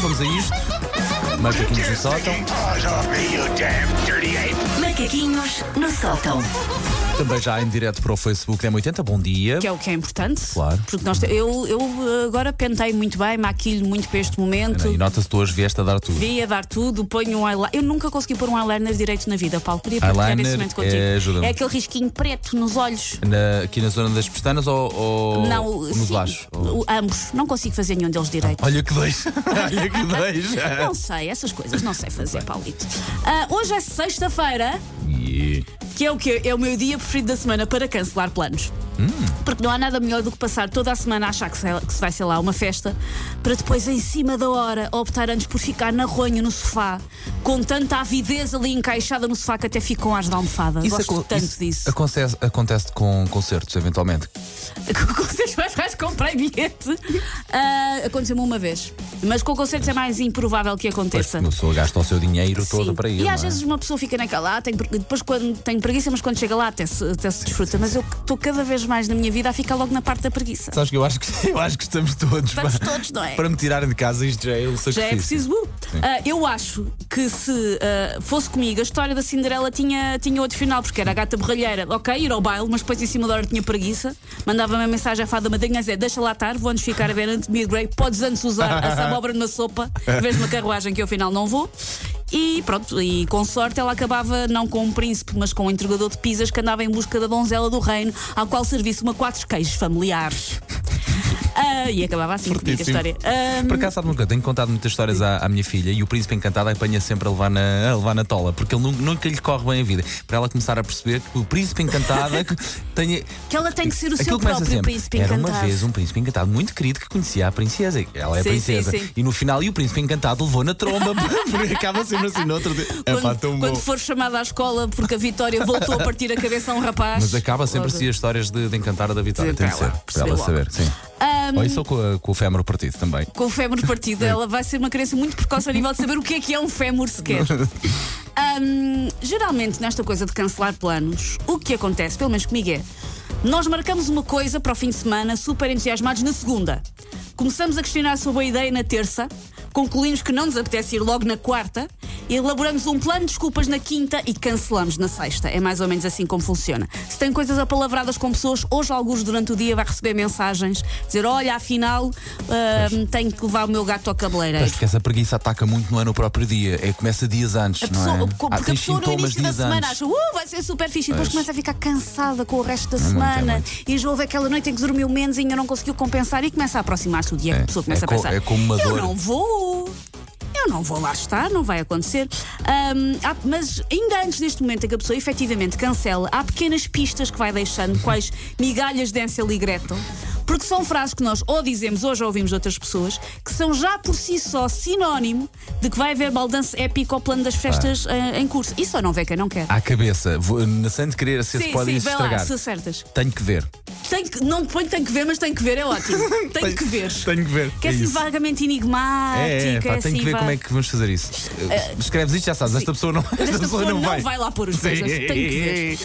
vamos a isto. Macaquinhos no sótão. Macaquinhos no sótão. Também já em direto para o Facebook da M80, bom dia. Que é o que é importante. Claro. Porque eu agora pentei muito bem, maquilho muito para este momento. E nota-se que tu hoje vieste a dar tudo. Vi a dar tudo, ponho um eyeliner. Eu nunca consegui pôr um eyeliner direito na vida, Paulo. Queria partilhar esse momento contigo. Ajuda-me. É aquele risquinho preto nos olhos. Aqui na zona das pestanas ou nos sim, laços? Ambos. Não consigo fazer nenhum deles direito. Olha que dois. Olha que dois. Não sei, essas coisas não sei fazer, Paulito. Hoje é sexta-feira. Que é o quê? É o meu dia preferido da semana para cancelar planos. Porque não há nada melhor do que passar toda a semana a achar que se vai ser lá uma festa, para depois, em cima da hora, optar antes por ficar na ronha no sofá, com tanta avidez ali encaixada no sofá que até fico com as da almofada. Gosto tanto disso. Acontece com concertos, eventualmente. Com concertos mais comprei bilhete. Aconteceu-me uma vez. Mas com concertos é mais improvável que aconteça. Pois, a pessoa gasta o seu dinheiro todo Sim. para ir. E às vezes uma pessoa fica naquela, depois quando tem preguiça, mas quando chega lá até se desfruta. Mas eu estou cada vez mais na minha vida a ficar logo na parte da preguiça. Sabes que eu acho que estamos todos. Estamos todos, não é? Para me tirarem de casa, isto já é o sacrifício. Já é preciso. Eu acho que se fosse comigo, a história da Cinderela tinha outro final, porque era a gata borralheira, ok, ir ao baile, mas depois em cima da hora tinha preguiça. Mandava-me uma mensagem à fada madrinha a dizer: deixa lá estar, vou antes ficar a ver Anatomia de Grey, podes antes usar essa abóbora na sopa, em vez de uma carruagem que eu afinal não vou. E pronto, e com sorte ela acabava não com um príncipe, mas com um entregador de pizzas que andava em busca da donzela do reino, ao qual servisse uma 4 queijos familiares. E acabava assim comigo a história. Por acaso, sabe uma coisa? Tenho contado muitas histórias à minha filha e o príncipe encantado apanha sempre a levar na tola, porque ele nunca lhe corre bem a vida. Para ela começar a perceber que o príncipe encantado que ela tem que ser o seu começa próprio sempre. príncipe Era encantado. uma vez um príncipe encantado muito querido que conhecia a princesa. Ela é a Sim, princesa. sim. E no final, o príncipe encantado levou na tromba, porque acaba sempre assim no outro dia. Quando for chamada à escola porque a Vitória voltou a partir a cabeça a um rapaz. Mas acaba sempre logo. assim as histórias de encantar a da Vitória. Sim, Tem que para ser. ela Para ela perceber saber. Sim. Ou isso ou com o fémur partido também. Com o fémur partido, ela vai ser uma criança muito precoce a nível de saber o que é um fémur sequer. Geralmente, nesta coisa de cancelar planos, o que acontece, pelo menos comigo, é: nós marcamos uma coisa para o fim de semana, super entusiasmados, na segunda. Começamos a questionar sobre a ideia na terça, concluímos que não nos apetece ir logo na quarta, elaboramos um plano de desculpas na quinta e cancelamos na sexta. É mais ou menos assim como funciona. Se tem coisas apalavradas com pessoas, hoje alguns durante o dia vai receber mensagens, dizer: olha, afinal tenho que levar o meu gato ao cabeleireiro. Mas porque essa preguiça ataca muito, não é no próprio dia, começa dias antes, não é? Porque a pessoa no início da semana acha: vai ser super fixe, e depois começa a ficar cansada com o resto da semana, e já houve aquela noite em que dormiu menos e ainda não conseguiu compensar, e começa a aproximar-se o dia que a pessoa começa a pensar: é como uma dor. Eu não vou lá estar, não vai acontecer. Mas ainda antes deste momento em que a pessoa efetivamente cancela, há pequenas pistas que vai deixando, quais migalhas de Hansel e Gretel, porque são frases que nós ou dizemos ou já ouvimos de outras pessoas, que são já por si só sinónimo de que vai haver baldanço épico ao plano das festas em curso. E só não vê quem não quer. À cabeça, sem te querer, se pode vai estragar. lá, se acertas. Tenho que ver. Não põe tem que ver, mas tem que ver, é ótimo. Tem que ver. Tenho que ver. Que é assim vagamente enigmático. Tenho assim, que ver como é que vamos fazer isso. Escreves isto, já sabes, esta pessoa não vai lá pôr os coisas. Tem que ver.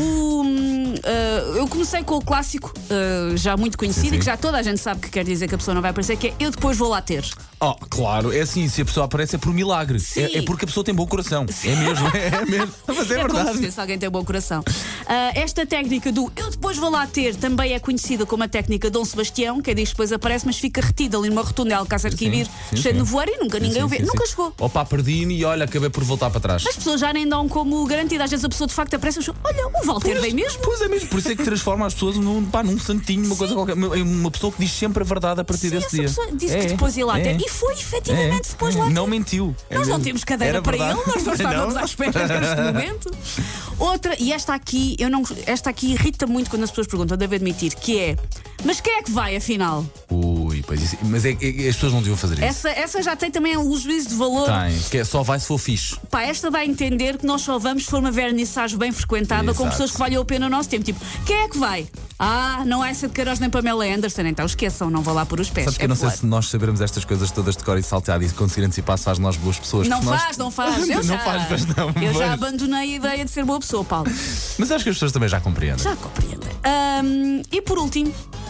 Eu comecei com o clássico, já muito conhecido, e que já toda a gente sabe que quer dizer que a pessoa não vai aparecer, que é: eu depois vou lá ter. Claro, é assim, se a pessoa aparece é por milagre. É porque a pessoa tem bom coração. Sim. É mesmo, é mesmo. Mas é verdade. Como se alguém tem bom coração. Esta técnica do eu depois vou lá ter também é conhecida como a técnica Dom Sebastião, que diz que depois aparece, mas fica retida ali numa rotunda de Alcácer de Quibir, cheio de nevoeiro, e nunca ninguém o vê. Nunca chegou. Opa, perdi-me e olha, acabei por voltar para trás. As pessoas já nem dão como garantida. Às vezes a pessoa de facto aparece e diz: olha, o Walter vem mesmo. Pois é mesmo, por isso é que transforma as pessoas num santinho, uma coisa qualquer. Uma pessoa que diz sempre a verdade a partir desse dia. Essa pessoa disse que depois ia lá ter. E foi efetivamente depois lá ter. Não mentiu. Nós não temos cadeira para ele, nós não estávamos à espera deste momento. Outra, e esta aqui irrita muito quando as pessoas perguntam, devo admitir, que é: mas quem é que vai afinal? Pois isso, mas as pessoas não deviam fazer isso. Essa já tem também um juízo de valor. Tem, que só vai se for fixe. Esta dá a entender que nós só vamos se for uma vernissagem bem frequentada, com pessoas que valham a pena o nosso tempo. Tipo, quem é que vai? Não é essa de Queiroz nem Pamela Anderson, então esqueçam, não vou lá por os pés. Sabes que eu não sei se nós sabermos estas coisas todas de cor e salteado e conseguir antecipar se faz nós boas pessoas. Não faz. Eu já abandonei a ideia de ser boa pessoa, Paulo. Mas acho que as pessoas também já compreendem. Já compreendem. E por último,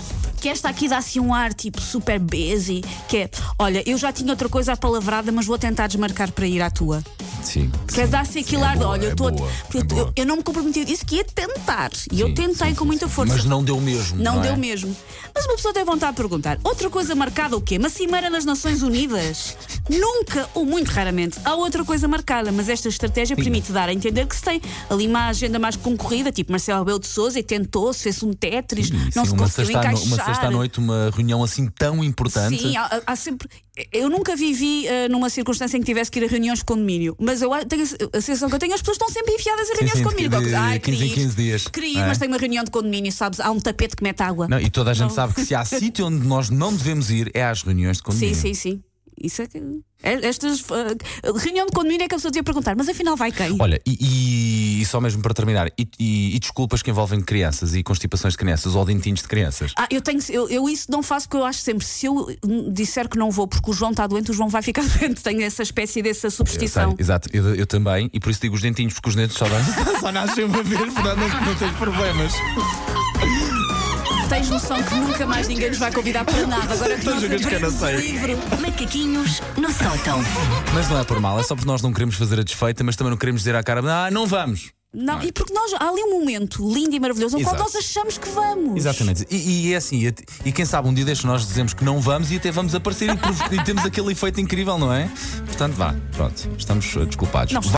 que esta aqui dá assim um ar tipo super busy, que é, olha, eu já tinha outra coisa apalavrada, mas vou tentar desmarcar para ir à tua. Sim. Quer dar-se aquilo ar de, olha, eu eu não me comprometi, eu disse que ia tentar. E eu tentei com muita força. Mas não deu mesmo. Não deu é? mesmo. Mas uma pessoa tem vontade de perguntar: outra coisa marcada o quê? Uma cimeira nas Nações Unidas? Nunca, ou muito raramente, há outra coisa marcada. Mas esta estratégia permite dar a entender que se tem ali uma agenda mais concorrida, tipo Marcelo Rebelo de Sousa, e tentou-se, fez um Tetris, não se conseguiu encaixar. Uma sexta à noite, uma reunião assim tão importante. Sim, há sempre. Eu nunca vivi numa circunstância em que tivesse que ir a reuniões de condomínio, mas eu tenho a sensação que eu tenho, as pessoas estão sempre enfiadas a reuniões de condomínio. Ai, 15 em 15 dias. Queria ir, mas tenho uma reunião de condomínio, sabes? Há um tapete que mete água. Não, e toda a gente sabe que se há sítio onde nós não devemos ir é às reuniões de condomínio. Sim. Isso é que. Reunião de condomínio é que a pessoa devia perguntar, mas afinal vai quem? Olha, e só mesmo para terminar, e desculpas que envolvem crianças e constipações de crianças ou dentinhos de crianças. Eu isso não faço porque eu acho sempre, se eu disser que não vou porque o João está doente, o João vai ficar doente. Tenho essa espécie dessa superstição. Sei, exato, eu também, e por isso digo os dentinhos, porque os dentes só nascem uma vez, portanto não tenho problemas. Tens noção que nunca mais ninguém nos vai convidar para nada. Agora que nós abrimos o livro. Macaquinhos no sótão. Mas não é por mal, é só porque nós não queremos fazer a desfeita, mas também não queremos dizer à cara, não vamos. Não, e porque há ali um momento lindo e maravilhoso no qual nós achamos que vamos. Exatamente. E é assim, e quem sabe um dia destes nós dizemos que não vamos e até vamos aparecer e temos aquele efeito incrível, não é? Portanto, pronto, estamos desculpados. Não,